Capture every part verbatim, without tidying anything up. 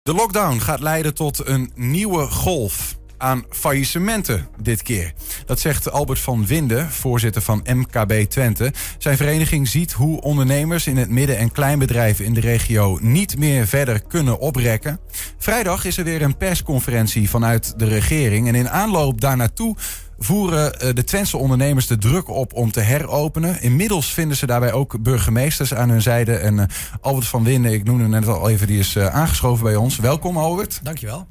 De lockdown gaat leiden tot een nieuwe golf aan faillissementen dit keer. Dat zegt Albert van Winden, voorzitter van M K B Twente. Zijn vereniging ziet hoe ondernemers in het midden- en kleinbedrijven in de regio niet meer verder kunnen oprekken. Vrijdag is er weer een persconferentie vanuit de regering. En in aanloop daarnaartoe voeren de Twentse ondernemers de druk op om te heropenen. Inmiddels vinden ze daarbij ook burgemeesters aan hun zijde. En uh, Albert van Winden, ik noemde hem net al even, die is uh, aangeschoven bij ons. Welkom, Albert. Dankjewel.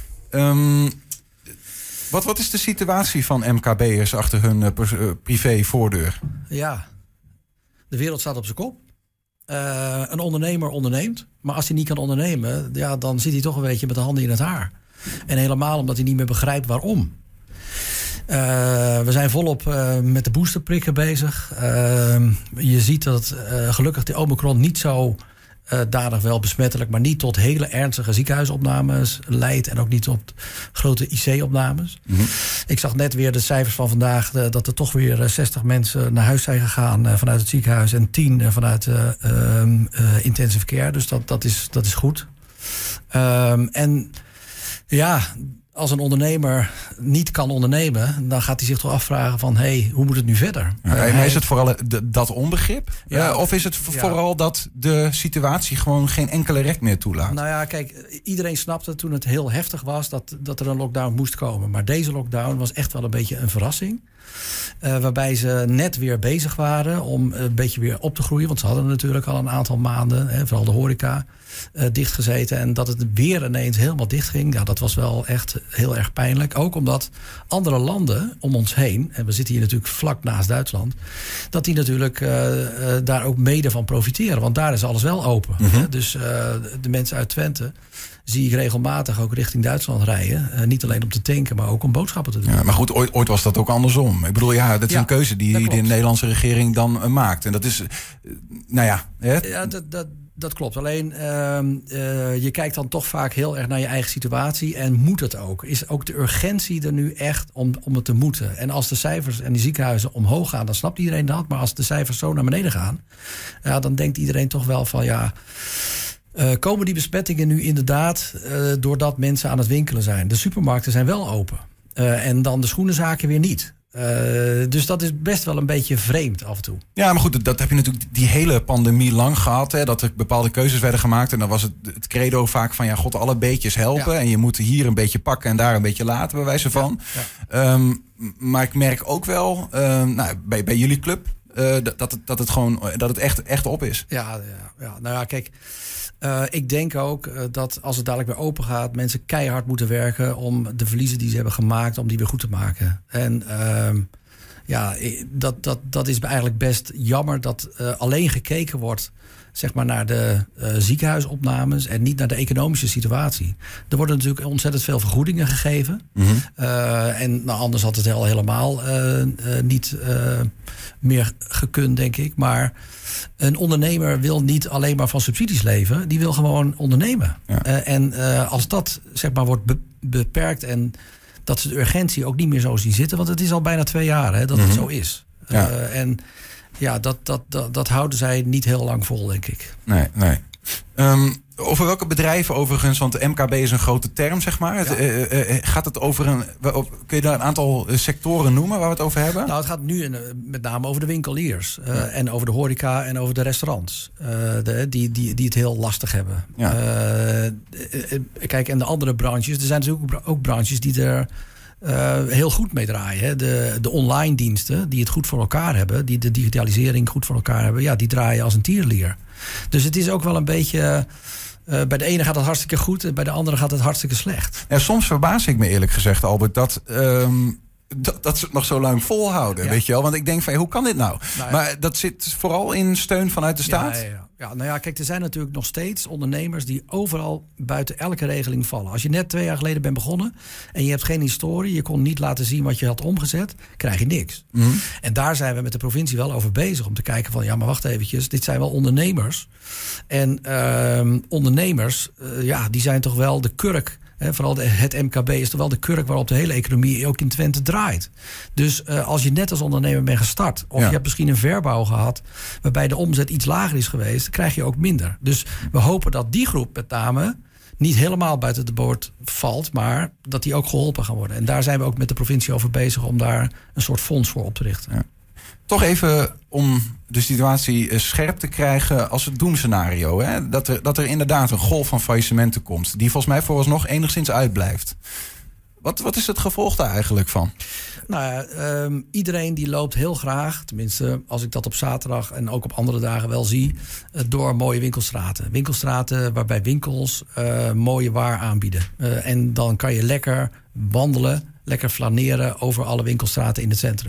Um, wat, wat is de situatie van M K B'ers achter hun uh, pers- uh, privé voordeur? Ja, de wereld staat op zijn kop. Uh, een ondernemer onderneemt. Maar als hij niet kan ondernemen, ja, dan zit hij toch een beetje met de handen in het haar. En helemaal omdat hij niet meer begrijpt waarom. Uh, we zijn volop uh, met de boosterprikken bezig. Uh, je ziet dat uh, gelukkig de Omicron niet zo uh, dadig wel besmettelijk, maar niet tot hele ernstige ziekenhuisopnames leidt en ook niet tot grote I C-opnames. Mm-hmm. Ik zag net weer de cijfers van vandaag uh, dat er toch weer uh, zestig mensen naar huis zijn gegaan uh, vanuit het ziekenhuis en tien uh, vanuit uh, uh, uh, intensive care. Dus dat, dat, is, dat is goed. Um, en ja, als een ondernemer niet kan ondernemen, dan gaat hij zich toch afvragen van, hé, hey, hoe moet het nu verder? Ja, maar uh, is het vooral dat onbegrip? Ja, uh, of is het ja. vooral dat de situatie gewoon geen enkele rek meer toelaat? Nou ja, kijk, iedereen snapte toen het heel heftig was dat, dat er een lockdown moest komen. Maar deze lockdown was echt wel een beetje een verrassing. Uh, waarbij ze net weer bezig waren om een beetje weer op te groeien. Want ze hadden natuurlijk al een aantal maanden, hè, vooral de horeca, uh, dichtgezeten. En dat het weer ineens helemaal dicht ging, ja, dat was wel echt heel erg pijnlijk. Ook omdat andere landen om ons heen, en we zitten hier natuurlijk vlak naast Duitsland, dat die natuurlijk uh, uh, daar ook mede van profiteren. Want daar is alles wel open. Mm-hmm. Hè? Dus uh, de mensen uit Twente zie ik regelmatig ook richting Duitsland rijden. Uh, niet alleen om te tanken, maar ook om boodschappen te doen. Ja, maar goed, ooit, ooit was dat ook andersom. Ik bedoel, ja, dat is ja, een keuze die de Nederlandse regering dan uh, maakt. En dat is, uh, nou ja. Hè? Ja, dat, dat, dat klopt. Alleen, uh, uh, je kijkt dan toch vaak heel erg naar je eigen situatie. En moet het ook? Is ook de urgentie er nu echt om, om het te moeten? En als de cijfers en die ziekenhuizen omhoog gaan, dan snapt iedereen dat. Maar als de cijfers zo naar beneden gaan, ja, dan denkt iedereen toch wel van, ja, Uh, komen die besmettingen nu inderdaad uh, doordat mensen aan het winkelen zijn? De supermarkten zijn wel open. Uh, en dan de schoenenzaken weer niet. Uh, dus dat is best wel een beetje vreemd af en toe. Ja, maar goed, dat, dat heb je natuurlijk die hele pandemie lang gehad. Hè, dat er bepaalde keuzes werden gemaakt. En dan was het, het credo vaak van, ja, god, alle beetjes helpen. Ja. En je moet hier een beetje pakken en daar een beetje laten, bij wijze van. Ja, ja. Um, maar ik merk ook wel, um, nou, bij, bij jullie club, uh, dat, het, dat het gewoon dat het echt, echt op is. Ja, ja, ja. Nou ja, kijk. Uh, ik denk ook uh, dat als het dadelijk weer open gaat, mensen keihard moeten werken om de verliezen die ze hebben gemaakt, om die weer goed te maken. En uh, ja, dat, dat, dat is eigenlijk best jammer dat uh, alleen gekeken wordt, zeg maar, naar de uh, ziekenhuisopnames en niet naar de economische situatie. Er worden natuurlijk ontzettend veel vergoedingen gegeven. Mm-hmm. Uh, en nou, anders had het al helemaal uh, uh, niet uh, meer gekund, denk ik. Maar een ondernemer wil niet alleen maar van subsidies leven. Die wil gewoon ondernemen. Ja. Uh, en uh, als dat, zeg maar, wordt be- beperkt en dat ze de urgentie ook niet meer zo zien zitten. Want het is al bijna twee jaar hè, dat mm-hmm. het zo is. Ja. Uh, en ja, dat, dat, dat, dat houden zij niet heel lang vol, denk ik. Nee, nee. Um, over welke bedrijven overigens, want de M K B is een grote term, zeg maar. Ja. Het, uh, uh, gaat het over een, kun je daar een aantal sectoren noemen waar we het over hebben? Nou, het gaat nu uh, met name over de winkeliers. Uh, ja. En over de horeca en over de restaurants. Uh, de, die, die, die het heel lastig hebben. Ja. Uh, uh, kijk, en de andere branches, er zijn natuurlijk ook branches die er Uh, heel goed mee draaien. Hè. De, de online diensten die het goed voor elkaar hebben, die de digitalisering goed voor elkaar hebben, ja, die draaien als een tierenlier. Dus het is ook wel een beetje, Uh, bij de ene gaat het hartstikke goed en bij de andere gaat het hartstikke slecht. Ja, soms verbaas ik me eerlijk gezegd, Albert, dat Um... Dat, dat ze het nog zo lang volhouden, ja. Weet je wel? Want ik denk van, hoe kan dit nou? nou ja. Maar dat zit vooral in steun vanuit de staat? Ja, ja, ja. ja, nou ja, kijk, er zijn natuurlijk nog steeds ondernemers die overal buiten elke regeling vallen. Als je net twee jaar geleden bent begonnen en je hebt geen historie, je kon niet laten zien wat je had omgezet, krijg je niks. Mm-hmm. En daar zijn we met de provincie wel over bezig om te kijken van, ja, maar wacht eventjes, dit zijn wel ondernemers. En uh, ondernemers, uh, ja, die zijn toch wel de kurk. He, vooral de, het M K B is toch wel de kurk waarop de hele economie ook in Twente draait. Dus uh, als je net als ondernemer bent gestart, of ja. je hebt misschien een verbouw gehad waarbij de omzet iets lager is geweest, dan krijg je ook minder. Dus we hopen dat die groep met name niet helemaal buiten de boord valt, maar dat die ook geholpen gaan worden. En daar zijn we ook met de provincie over bezig om daar een soort fonds voor op te richten. Ja. Toch even om de situatie scherp te krijgen als het doemscenario. Hè? Dat, er, dat er inderdaad een golf van faillissementen komt, die volgens mij vooralsnog enigszins uitblijft. Wat, wat is het gevolg daar eigenlijk van? Nou ja, um, iedereen die loopt heel graag, tenminste als ik dat op zaterdag en ook op andere dagen wel zie, uh, door mooie winkelstraten. Winkelstraten waarbij winkels uh, mooie waar aanbieden. Uh, en dan kan je lekker wandelen, lekker flaneren over alle winkelstraten in het centrum.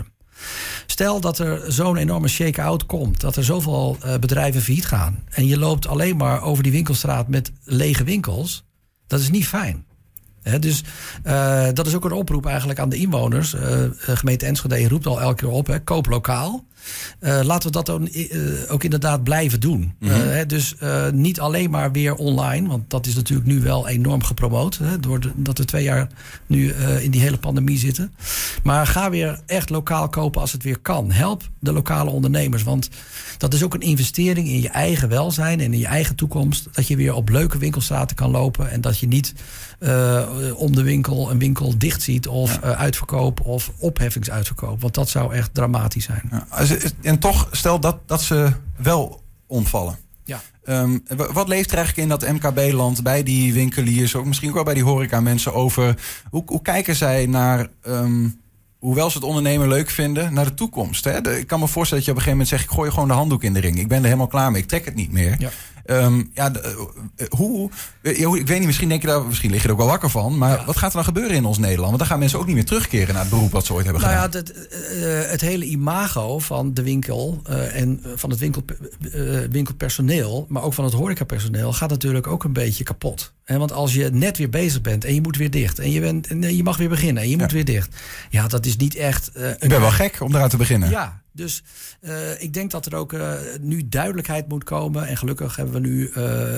Stel dat er zo'n enorme shake-out komt, dat er zoveel uh, bedrijven failliet gaan en je loopt alleen maar over die winkelstraat met lege winkels, dat is niet fijn. He, dus uh, dat is ook een oproep eigenlijk aan de inwoners. Uh, gemeente Enschede roept al elke keer op, hè, koop lokaal. Uh, laten we dat dan, uh, ook inderdaad blijven doen. Mm-hmm. Uh, he, dus uh, niet alleen maar weer online, want dat is natuurlijk nu wel enorm gepromoot. Hè, doordat we twee jaar nu uh, in die hele pandemie zitten. Maar ga weer echt lokaal kopen als het weer kan. Help de lokale ondernemers, want dat is ook een investering in je eigen welzijn en in je eigen toekomst. Dat je weer op leuke winkelstraten kan lopen en dat je niet Uh, om de winkel een winkel dicht ziet of ja. uh, uitverkoop of opheffingsuitverkoop. Want dat zou echt dramatisch zijn. Ja, en toch, stel dat, dat ze wel omvallen. Ja. Um, wat leeft er eigenlijk in dat M K B-land bij die winkeliers, ook misschien ook wel bij die horeca-mensen over? Hoe, hoe kijken zij naar, um, hoewel ze het ondernemen leuk vinden, naar de toekomst? Hè? De, ik kan me voorstellen dat je op een gegeven moment zegt, ik gooi gewoon de handdoek in de ring. Ik ben er helemaal klaar mee, ik trek het niet meer. Ja. Um, ja, de, uh, hoe, uh, ik weet niet, misschien denk je daar, misschien lig je er ook wel wakker van, maar ja. Wat gaat er dan gebeuren in ons Nederland? Want dan gaan mensen ook niet meer terugkeren naar het beroep wat ze ooit hebben nou gedaan. Ja, het, uh, het hele imago van de winkel uh, en van het winkel, uh, winkelpersoneel, maar ook van het horecapersoneel, gaat natuurlijk ook een beetje kapot. He, want als je net weer bezig bent en je moet weer dicht en je, bent, en je mag weer beginnen en je ja. moet weer dicht. Ja, dat is niet echt. Uh, een ik ben wel gek om eraan te beginnen. Ja. Dus uh, ik denk dat er ook uh, nu duidelijkheid moet komen. En gelukkig hebben we nu uh,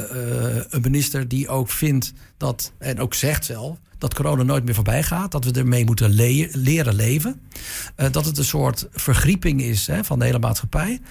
uh, een minister die ook vindt dat, en ook zegt zelf, dat corona nooit meer voorbij gaat. Dat we ermee moeten le- leren leven. Uh, dat het een soort vergrieping is, hè, van de hele maatschappij.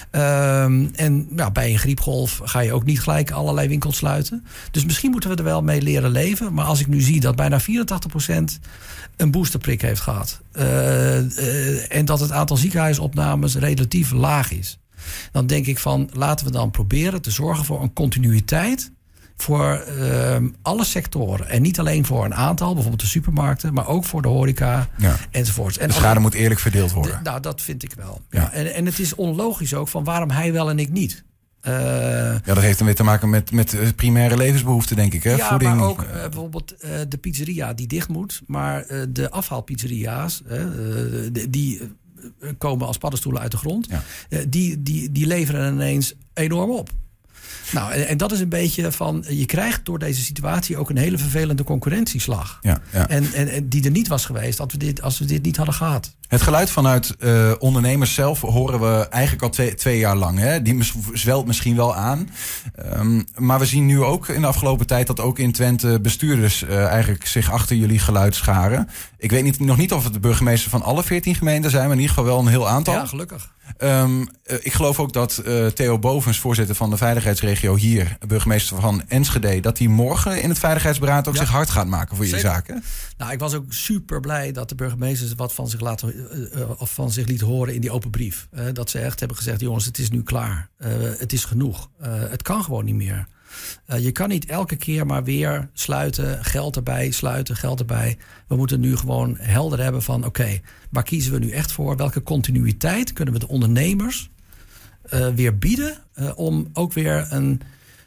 Um, en nou, bij een griepgolf ga je ook niet gelijk allerlei winkels sluiten. Dus misschien moeten we er wel mee leren leven. Maar als ik nu zie dat bijna vierentachtig procent een boosterprik heeft gehad. Uh, uh, en dat het aantal ziekenhuisopnames relatief laag is. Dan denk ik van, laten we dan proberen te zorgen voor een continuïteit voor uh, alle sectoren. En niet alleen voor een aantal, bijvoorbeeld de supermarkten, maar ook voor de horeca ja. enzovoorts. En de schade moet eerlijk verdeeld worden. De, nou, dat vind ik wel. Ja. Ja. En, en het is onlogisch ook van waarom hij wel en ik niet. Uh, ja, dat heeft dan weer te maken met, met primaire levensbehoeften, denk ik. Hè? Ja, Voeding. Maar ook uh, bijvoorbeeld uh, de pizzeria die dicht moet. Maar uh, de afhaalpizzeria's, uh, de, die uh, komen als paddenstoelen uit de grond. Ja. Uh, die, die, die leveren ineens enorm op. Nou, en, en dat is een beetje van, je krijgt door deze situatie ook een hele vervelende concurrentieslag. Ja, ja. En, en, en die er niet was geweest als we dit, als we dit niet hadden gehad. Het geluid vanuit uh, ondernemers zelf horen we eigenlijk al twee, twee jaar lang. Hè? Die zwelt misschien wel aan. Um, maar we zien nu ook in de afgelopen tijd dat ook in Twente bestuurders uh, eigenlijk zich achter jullie geluid scharen. Ik weet niet, nog niet of het de burgemeester van alle veertien gemeenten zijn, maar in ieder geval wel een heel aantal. Ja, gelukkig. Um, uh, ik geloof ook dat uh, Theo Bovens, voorzitter van de veiligheidsregio hier, burgemeester van Enschede, dat hij morgen in het Veiligheidsberaad ook ja. zich hard gaat maken voor jullie zaken. Nou, ik was ook super blij dat de burgemeesters wat van zich, laten, uh, uh, of van zich liet horen in die open brief. Uh, dat ze echt hebben gezegd, jongens, het is nu klaar. Uh, het is genoeg. Uh, het kan gewoon niet meer. Uh, je kan niet elke keer maar weer sluiten, geld erbij, sluiten, geld erbij. We moeten nu gewoon helder hebben van, oké, okay, waar kiezen we nu echt voor? Welke continuïteit kunnen we de ondernemers uh, weer bieden uh, om ook weer een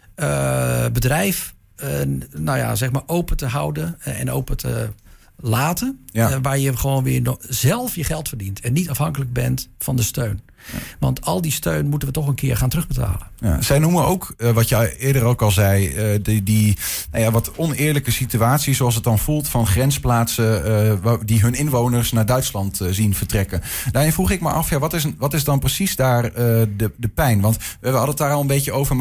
uh, bedrijf uh, nou ja, zeg maar open te houden uh, en open te laten. Ja. Uh, waar je gewoon weer no- zelf je geld verdient en niet afhankelijk bent van de steun. Ja. Want al die steun moeten we toch een keer gaan terugbetalen. Ja, zij noemen ook, uh, wat je eerder ook al zei, uh, die, die nou ja, wat oneerlijke situatie, zoals het dan voelt, van grensplaatsen uh, die hun inwoners naar Duitsland uh, zien vertrekken. Daarin vroeg ik me af, ja, wat is, wat is dan precies daar uh, de, de pijn? Want we hadden het daar al een beetje over, maar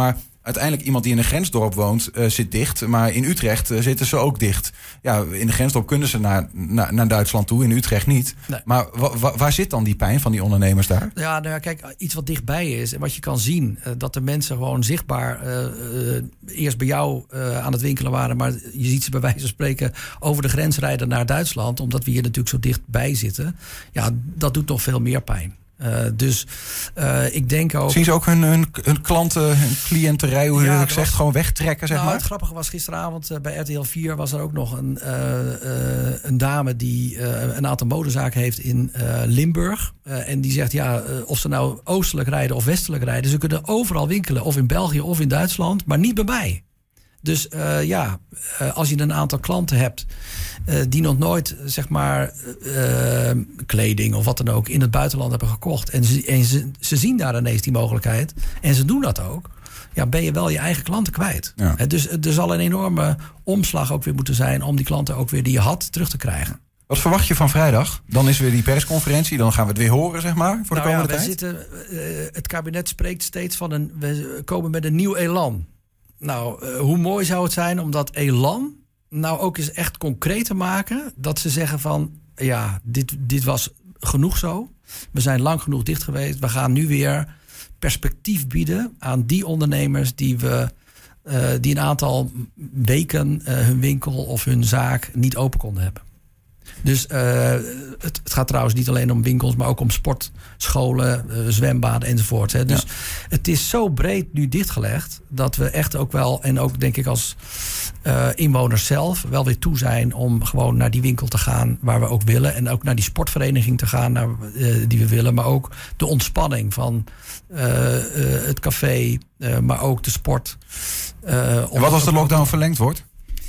uiteindelijk iemand die in een grensdorp woont uh, zit dicht. Maar in Utrecht uh, zitten ze ook dicht. Ja, in de grensdorp kunnen ze naar, naar, naar Duitsland toe. In Utrecht niet. Nee. Maar wa, wa, waar zit dan die pijn van die ondernemers daar? Ja, nou ja, kijk, iets wat dichtbij is. En wat je kan zien. Uh, dat de mensen gewoon zichtbaar uh, uh, eerst bij jou uh, aan het winkelen waren. Maar je ziet ze bij wijze van spreken over de grens rijden naar Duitsland. Omdat we hier natuurlijk zo dichtbij zitten. Ja, dat doet nog veel meer pijn. Uh, dus uh, ik denk ook... Zien ze ook hun, hun, hun klanten, hun cliënterij, hoe ja, je zegt, gewoon wegtrekken, zeg nou, maar? Het grappige was gisteravond uh, bij R T L vier was er ook nog een, uh, uh, een dame die uh, een aantal modezaken heeft in uh, Limburg. Uh, en die zegt, ja, uh, of ze nou oostelijk rijden of westelijk rijden, ze kunnen overal winkelen, of in België of in Duitsland, maar niet bij mij. Dus uh, ja, uh, als je een aantal klanten hebt uh, die nog nooit, zeg maar, uh, kleding of wat dan ook in het buitenland hebben gekocht. En, ze, en ze, ze zien daar ineens die mogelijkheid. En ze doen dat ook. Ja, ben je wel je eigen klanten kwijt. Ja. Uh, dus er zal een enorme omslag ook weer moeten zijn om die klanten ook weer die je had terug te krijgen. Wat verwacht je van vrijdag? Dan is weer die persconferentie. Dan gaan we het weer horen, zeg maar, voor nou de komende ja, we tijd. Zitten, uh, het kabinet spreekt steeds van een... We komen met een nieuw elan. Nou, uh, hoe mooi zou het zijn om dat elan nou ook eens echt concreet te maken. Dat ze zeggen van, ja, dit, dit was genoeg zo. We zijn lang genoeg dicht geweest. We gaan nu weer perspectief bieden aan die ondernemers die we uh, die een aantal weken uh, hun winkel of hun zaak niet open konden hebben. Dus uh, het, het gaat trouwens niet alleen om winkels, maar ook om sportscholen, uh, zwembaden enzovoort. Hè. Dus ja. Het is zo breed nu dichtgelegd dat we echt ook wel, en ook denk ik als uh, inwoners zelf, wel weer toe zijn om gewoon naar die winkel te gaan waar we ook willen. En ook naar die sportvereniging te gaan naar, uh, die we willen. Maar ook de ontspanning van uh, uh, het café, uh, maar ook de sport. Uh, en wat als de lockdown verlengd wordt?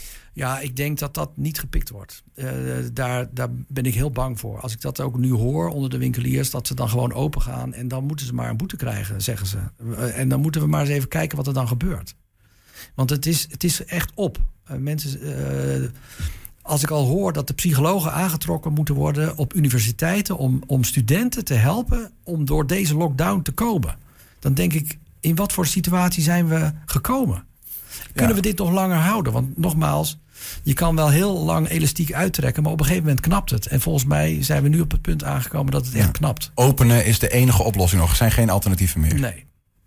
Ja, ik denk dat dat niet gepikt wordt. Uh, daar, daar ben ik heel bang voor. Als ik dat ook nu hoor onder de winkeliers, dat ze dan gewoon open gaan en dan moeten ze maar een boete krijgen, zeggen ze. Uh, en dan moeten we maar eens even kijken wat er dan gebeurt. Want het is, het is echt op. Uh, mensen, uh, als ik al hoor dat de psychologen aangetrokken moeten worden op universiteiten om, om studenten te helpen om door deze lockdown te komen, dan denk ik, in wat voor situatie zijn we gekomen? Kunnen ja. we dit nog langer houden? Want nogmaals, je kan wel heel lang elastiek uittrekken, maar op een gegeven moment knapt het. En volgens mij zijn we nu op het punt aangekomen dat het ja. echt knapt. Openen is de enige oplossing nog. Er zijn geen alternatieven meer. Nee.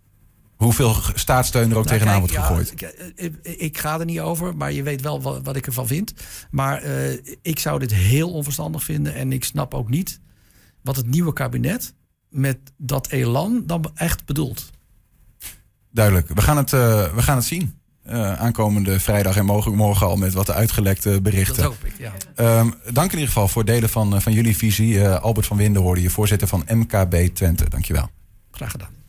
Hoeveel staatssteun er ook nou, tegenaan kijk, wordt gegooid? Ja, ik, ik ga er niet over, maar je weet wel wat, wat ik ervan vind. Maar uh, ik zou dit heel onverstandig vinden. En ik snap ook niet wat het nieuwe kabinet met dat elan dan echt bedoelt. Duidelijk. We gaan het, uh, we gaan het zien. Uh, aankomende vrijdag en mogelijk morgen al met wat uitgelekte berichten. Dat hoop ik, ja. Um, dank in ieder geval voor het delen van, van jullie visie. Uh, Albert van Winde hoorde je, voorzitter van M K B Twente. Dankjewel. Graag gedaan.